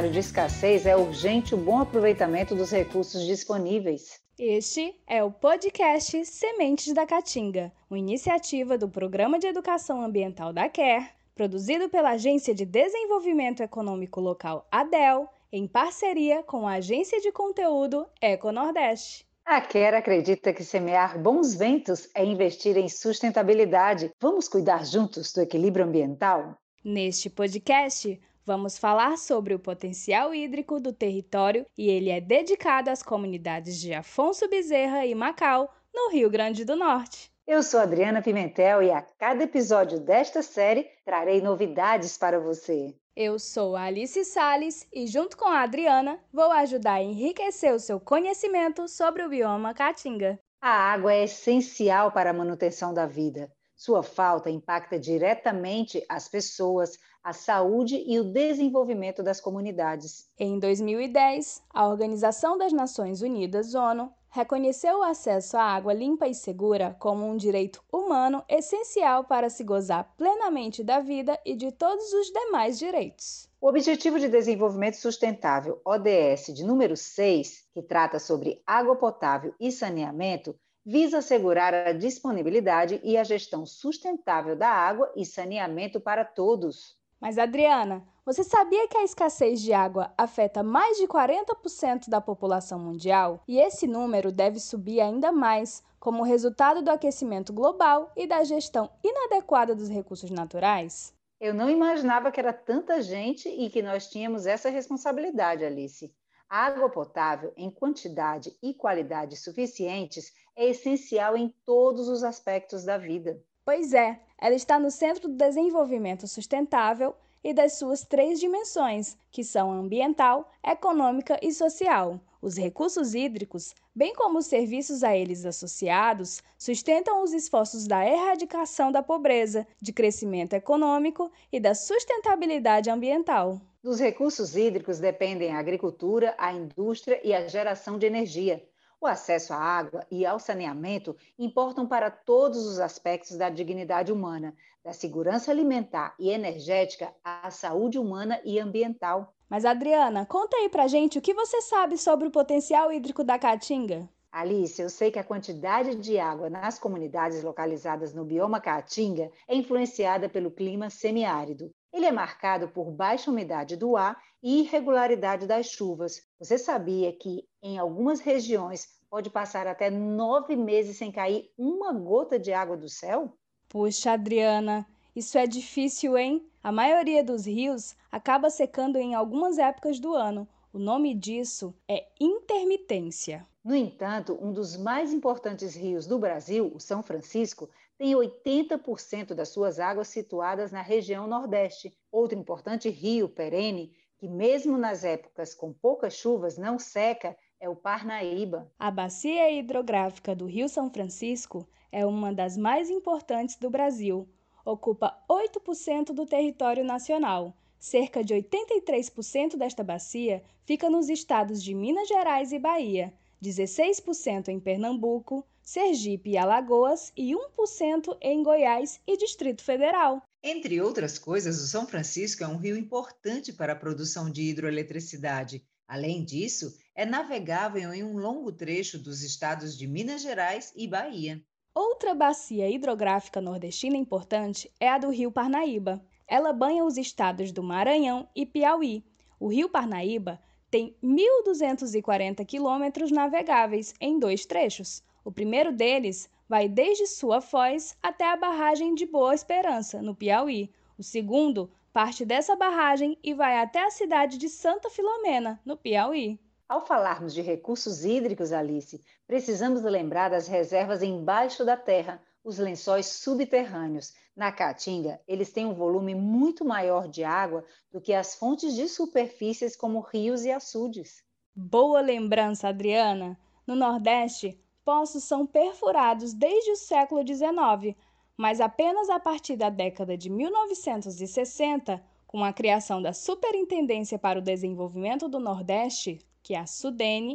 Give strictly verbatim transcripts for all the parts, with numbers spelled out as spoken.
cenário de escassez, é urgente o bom aproveitamento dos recursos disponíveis. Este é o podcast Sementes da Caatinga, uma iniciativa do Programa de Educação Ambiental da CARE, produzido pela Agência de Desenvolvimento Econômico Local ADEL, em parceria com a Agência de Conteúdo EcoNordeste. A CARE acredita que semear bons ventos é investir em sustentabilidade. Vamos cuidar juntos do equilíbrio ambiental? Neste podcast, vamos falar sobre o potencial hídrico do território e ele é dedicado às comunidades de Afonso Bezerra e Macau, no Rio Grande do Norte. Eu sou Adriana Pimentel e a cada episódio desta série trarei novidades para você. Eu sou a Alice Salles e, junto com a Adriana, vou ajudar a enriquecer o seu conhecimento sobre o bioma Caatinga. A água é essencial para a manutenção da vida. Sua falta impacta diretamente as pessoas, a saúde e o desenvolvimento das comunidades. Em dois mil e dez, a Organização das Nações Unidas, ONU, reconheceu o acesso à água limpa e segura como um direito humano essencial para se gozar plenamente da vida e de todos os demais direitos. O Objetivo de Desenvolvimento Sustentável, O D S, de número seis, que trata sobre água potável e saneamento, visa assegurar a disponibilidade e a gestão sustentável da água e saneamento para todos. Mas, Adriana, você sabia que a escassez de água afeta mais de quarenta por cento da população mundial? E esse número deve subir ainda mais, como resultado do aquecimento global e da gestão inadequada dos recursos naturais? Eu não imaginava que era tanta gente e que nós tínhamos essa responsabilidade, Alice. A água potável, em quantidade e qualidade suficientes, é essencial em todos os aspectos da vida. Pois é, ela está no centro do desenvolvimento sustentável e das suas três dimensões, que são ambiental, econômica e social. Os recursos hídricos, bem como os serviços a eles associados, sustentam os esforços da erradicação da pobreza, de crescimento econômico e da sustentabilidade ambiental. Dos recursos hídricos dependem a agricultura, a indústria e a geração de energia. O acesso à água e ao saneamento importam para todos os aspectos da dignidade humana, da segurança alimentar e energética à saúde humana e ambiental. Mas, Adriana, conta aí pra gente o que você sabe sobre o potencial hídrico da Caatinga. Alice, eu sei que a quantidade de água nas comunidades localizadas no bioma Caatinga é influenciada pelo clima semiárido. Ele é marcado por baixa umidade do ar e irregularidade das chuvas. Você sabia que, em algumas regiões, pode passar até nove meses sem cair uma gota de água do céu? Puxa, Adriana, isso é difícil, hein? A maioria dos rios acaba secando em algumas épocas do ano. O nome disso é intermitência. No entanto, um dos mais importantes rios do Brasil, o São Francisco, tem oitenta por cento das suas águas situadas na região Nordeste. Outro importante rio perene, que mesmo nas épocas com poucas chuvas não seca, é o Parnaíba. A bacia hidrográfica do Rio São Francisco é uma das mais importantes do Brasil. Ocupa oito por cento do território nacional. Cerca de oitenta e três por cento desta bacia fica nos estados de Minas Gerais e Bahia, dezesseis por cento em Pernambuco, Sergipe e Alagoas e um por cento em Goiás e Distrito Federal. Entre outras coisas, o São Francisco é um rio importante para a produção de hidroeletricidade. Além disso, é navegável em um longo trecho dos estados de Minas Gerais e Bahia. Outra bacia hidrográfica nordestina importante é a do Rio Parnaíba. Ela banha os estados do Maranhão e Piauí. O Rio Parnaíba tem mil duzentos e quarenta quilômetros navegáveis em dois trechos. O primeiro deles vai desde sua foz até a barragem de Boa Esperança, no Piauí. O segundo parte dessa barragem e vai até a cidade de Santa Filomena, no Piauí. Ao falarmos de recursos hídricos, Alice, precisamos lembrar das reservas embaixo da terra, os lençóis subterrâneos. Na Caatinga, eles têm um volume muito maior de água do que as fontes de superfícies como rios e açudes. Boa lembrança, Adriana! No Nordeste, poços são perfurados desde o século dezenove, mas apenas a partir da década de mil novecentos e sessenta, com a criação da Superintendência para o Desenvolvimento do Nordeste, que é a SUDENE,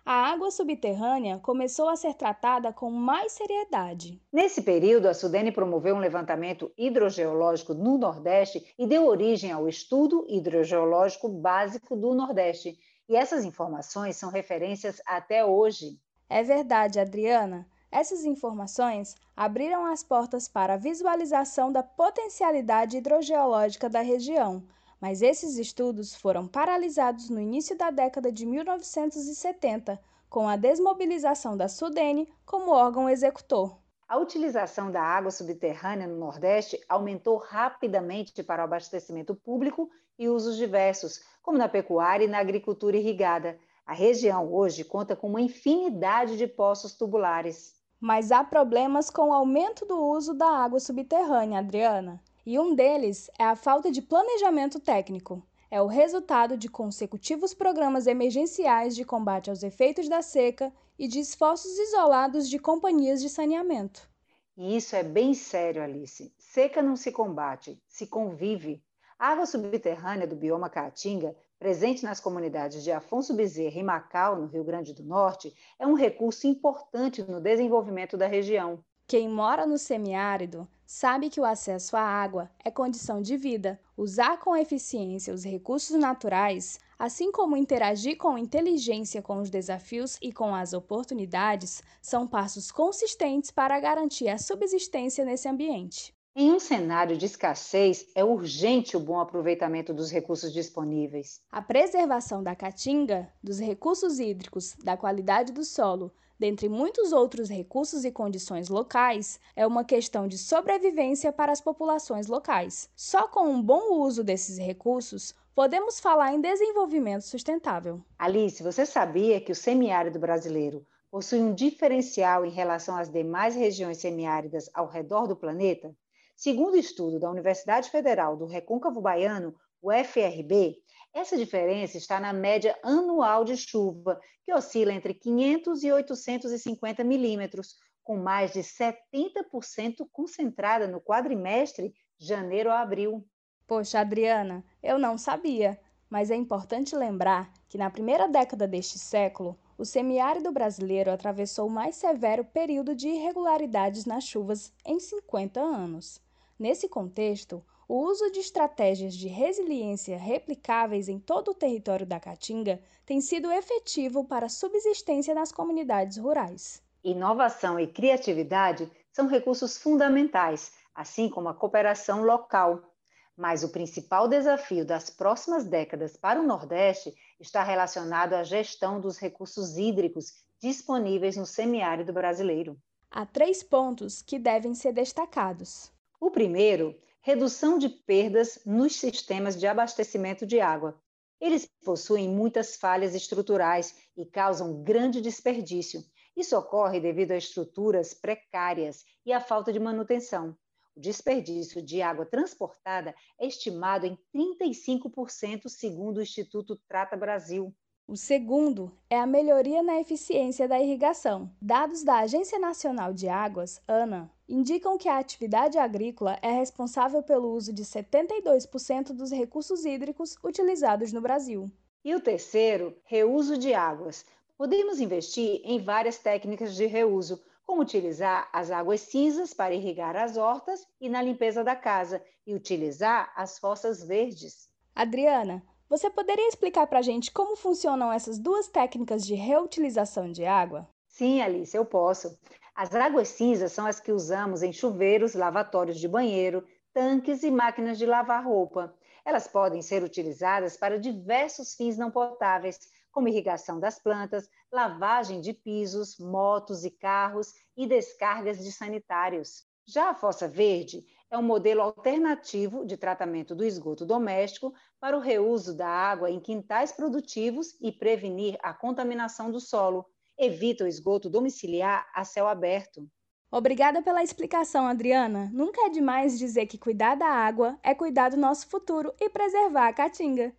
a água subterrânea começou a ser tratada com mais seriedade. Nesse período, a Sudene promoveu um levantamento hidrogeológico no Nordeste e deu origem ao Estudo Hidrogeológico Básico do Nordeste. E essas informações são referências até hoje. É verdade, Adriana. Essas informações abriram as portas para a visualização da potencialidade hidrogeológica da região, mas esses estudos foram paralisados no início da década de mil novecentos e setenta, com a desmobilização da Sudene como órgão executor. A utilização da água subterrânea no Nordeste aumentou rapidamente para o abastecimento público e usos diversos, como na pecuária e na agricultura irrigada. A região hoje conta com uma infinidade de poços tubulares. Mas há problemas com o aumento do uso da água subterrânea, Adriana. E um deles é a falta de planejamento técnico. É o resultado de consecutivos programas emergenciais de combate aos efeitos da seca e de esforços isolados de companhias de saneamento. E isso é bem sério, Alice. Seca não se combate, se convive. A água subterrânea do bioma Caatinga, presente nas comunidades de Afonso Bezerra e Macau, no Rio Grande do Norte, é um recurso importante no desenvolvimento da região. Quem mora no semiárido sabe que o acesso à água é condição de vida. Usar com eficiência os recursos naturais, assim como interagir com inteligência com os desafios e com as oportunidades, são passos consistentes para garantir a subsistência nesse ambiente. Em um cenário de escassez, é urgente o bom aproveitamento dos recursos disponíveis. A preservação da caatinga, dos recursos hídricos, da qualidade do solo, dentre muitos outros recursos e condições locais, é uma questão de sobrevivência para as populações locais. Só com um bom uso desses recursos, podemos falar em desenvolvimento sustentável. Alice, você sabia que o semiárido brasileiro possui um diferencial em relação às demais regiões semiáridas ao redor do planeta? Segundo o estudo da Universidade Federal do Recôncavo Baiano, o F R B, essa diferença está na média anual de chuva, que oscila entre quinhentos e oitocentos e cinquenta milímetros, com mais de setenta por cento concentrada no quadrimestre janeiro a abril. Poxa, Adriana, eu não sabia, mas é importante lembrar que na primeira década deste século, o semiárido brasileiro atravessou o mais severo período de irregularidades nas chuvas em cinquenta anos. Nesse contexto, o uso de estratégias de resiliência replicáveis em todo o território da Caatinga tem sido efetivo para a subsistência nas comunidades rurais. Inovação e criatividade são recursos fundamentais, assim como a cooperação local. Mas o principal desafio das próximas décadas para o Nordeste está relacionado à gestão dos recursos hídricos disponíveis no semiárido brasileiro. Há três pontos que devem ser destacados. O primeiro, redução de perdas nos sistemas de abastecimento de água. Eles possuem muitas falhas estruturais e causam grande desperdício. Isso ocorre devido a estruturas precárias e à falta de manutenção. O desperdício de água transportada é estimado em trinta e cinco por cento, segundo o Instituto Trata Brasil. O segundo é a melhoria na eficiência da irrigação. Dados da Agência Nacional de Águas, ANA, indicam que a atividade agrícola é responsável pelo uso de setenta e dois por cento dos recursos hídricos utilizados no Brasil. E o terceiro, reuso de águas. Podemos investir em várias técnicas de reuso, como utilizar as águas cinzas para irrigar as hortas e na limpeza da casa, e utilizar as fossas verdes. Adriana, você poderia explicar para a gente como funcionam essas duas técnicas de reutilização de água? Sim, Alice, eu posso. As águas cinzas são as que usamos em chuveiros, lavatórios de banheiro, tanques e máquinas de lavar roupa. Elas podem ser utilizadas para diversos fins não potáveis, como irrigação das plantas, lavagem de pisos, motos e carros e descargas de sanitários. Já a fossa verde é um modelo alternativo de tratamento do esgoto doméstico para o reuso da água em quintais produtivos e prevenir a contaminação do solo. Evita o esgoto domiciliar a céu aberto. Obrigada pela explicação, Adriana. Nunca é demais dizer que cuidar da água é cuidar do nosso futuro e preservar a Caatinga.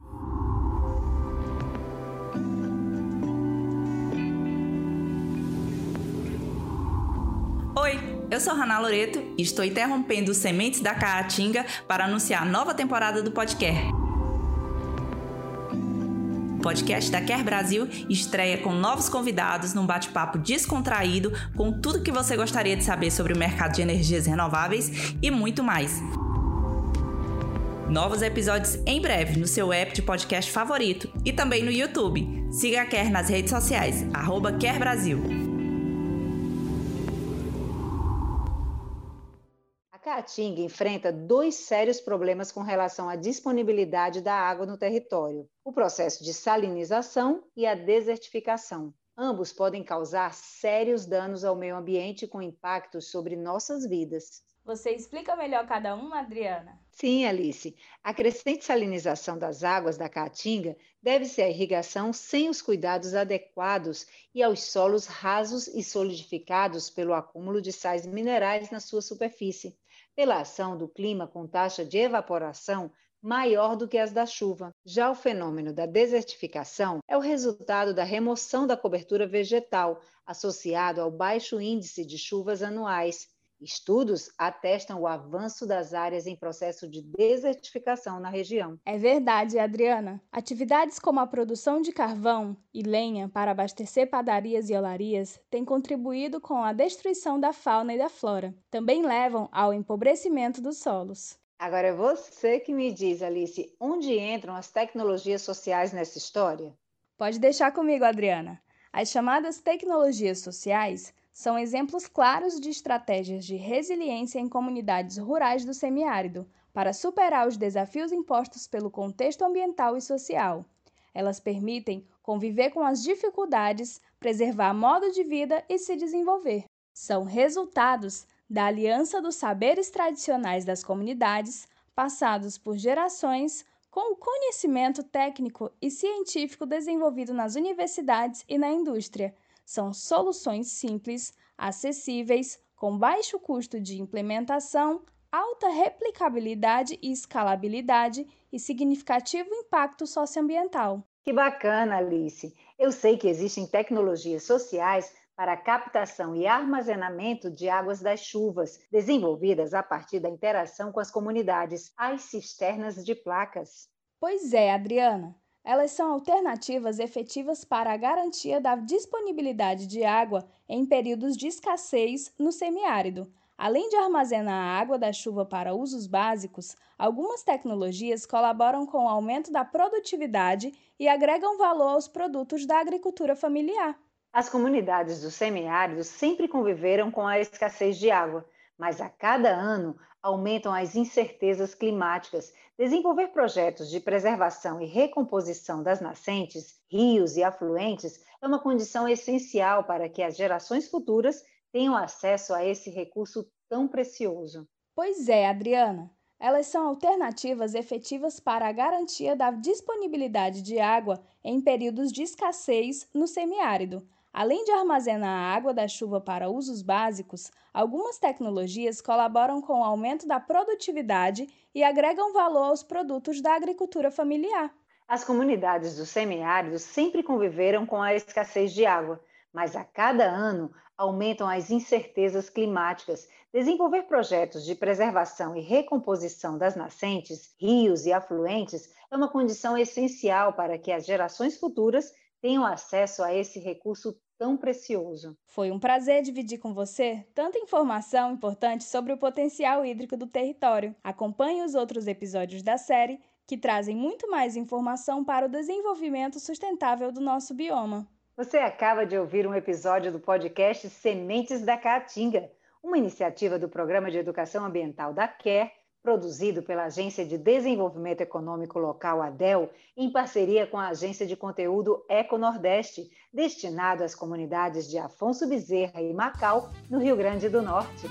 Oi, eu sou Hannah Loreto e estou interrompendo Sementes da Caatinga para anunciar a nova temporada do podcast. O podcast da Quer Brasil estreia com novos convidados num bate-papo descontraído com tudo que você gostaria de saber sobre o mercado de energias renováveis e muito mais. Novos episódios em breve no seu app de podcast favorito e também no YouTube. Siga a Quer nas redes sociais, arroba Quer Brasil. A Caatinga enfrenta dois sérios problemas com relação à disponibilidade da água no território: o processo de salinização e a desertificação. Ambos podem causar sérios danos ao meio ambiente com impactos sobre nossas vidas. Você explica melhor cada um, Adriana? Sim, Alice. A crescente salinização das águas da Caatinga deve-se à irrigação sem os cuidados adequados e aos solos rasos e solidificados pelo acúmulo de sais minerais na sua superfície, pela ação do clima com taxa de evaporação maior do que as da chuva. Já o fenômeno da desertificação é o resultado da remoção da cobertura vegetal, associado ao baixo índice de chuvas anuais. Estudos atestam o avanço das áreas em processo de desertificação na região. É verdade, Adriana. Atividades como a produção de carvão e lenha para abastecer padarias e olarias têm contribuído com a destruição da fauna e da flora. Também levam ao empobrecimento dos solos. Agora é você que me diz, Alice, onde entram as tecnologias sociais nessa história? Pode deixar comigo, Adriana. As chamadas tecnologias sociais são exemplos claros de estratégias de resiliência em comunidades rurais do semiárido para superar os desafios impostos pelo contexto ambiental e social. Elas permitem conviver com as dificuldades, preservar modo de vida e se desenvolver. São resultados da aliança dos saberes tradicionais das comunidades, passados por gerações, com o conhecimento técnico e científico desenvolvido nas universidades e na indústria. São soluções simples, acessíveis, com baixo custo de implementação, alta replicabilidade e escalabilidade e significativo impacto socioambiental. Que bacana, Alice! Eu sei que existem tecnologias sociais para a captação e armazenamento de águas das chuvas, desenvolvidas a partir da interação com as comunidades, as cisternas de placas. Pois é, Adriana. Elas são alternativas efetivas para a garantia da disponibilidade de água em períodos de escassez no semiárido. Além de armazenar a água da chuva para usos básicos, algumas tecnologias colaboram com o aumento da produtividade e agregam valor aos produtos da agricultura familiar. As comunidades do semiárido sempre conviveram com a escassez de água, mas a cada ano aumentam as incertezas climáticas. Desenvolver projetos de preservação e recomposição das nascentes, rios e afluentes é uma condição essencial para que as gerações futuras tenham acesso a esse recurso tão precioso. Pois é, Adriana. Elas são alternativas efetivas para a garantia da disponibilidade de água em períodos de escassez no semiárido. Além de armazenar a água da chuva para usos básicos, algumas tecnologias colaboram com o aumento da produtividade e agregam valor aos produtos da agricultura familiar. As comunidades do semiárido sempre conviveram com a escassez de água, mas a cada ano aumentam as incertezas climáticas. Desenvolver projetos de preservação e recomposição das nascentes, rios e afluentes é uma condição essencial para que as gerações futuras tenham acesso a esse recurso tão precioso. Foi um prazer dividir com você tanta informação importante sobre o potencial hídrico do território. Acompanhe os outros episódios da série, que trazem muito mais informação para o desenvolvimento sustentável do nosso bioma. Você acaba de ouvir um episódio do podcast Sementes da Caatinga, uma iniciativa do Programa de Educação Ambiental da Quer, produzido pela Agência de Desenvolvimento Econômico Local, ADEL, em parceria com a Agência de Conteúdo Eco Nordeste, destinado às comunidades de Afonso Bezerra e Macau, no Rio Grande do Norte.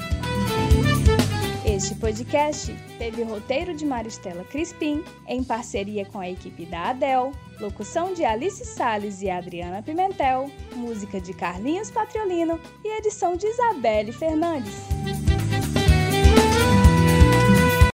Este podcast teve o roteiro de Maristela Crispim, em parceria com a equipe da ADEL, locução de Alice Salles e Adriana Pimentel, música de Carlinhos Patriolino e edição de Isabelle Fernandes.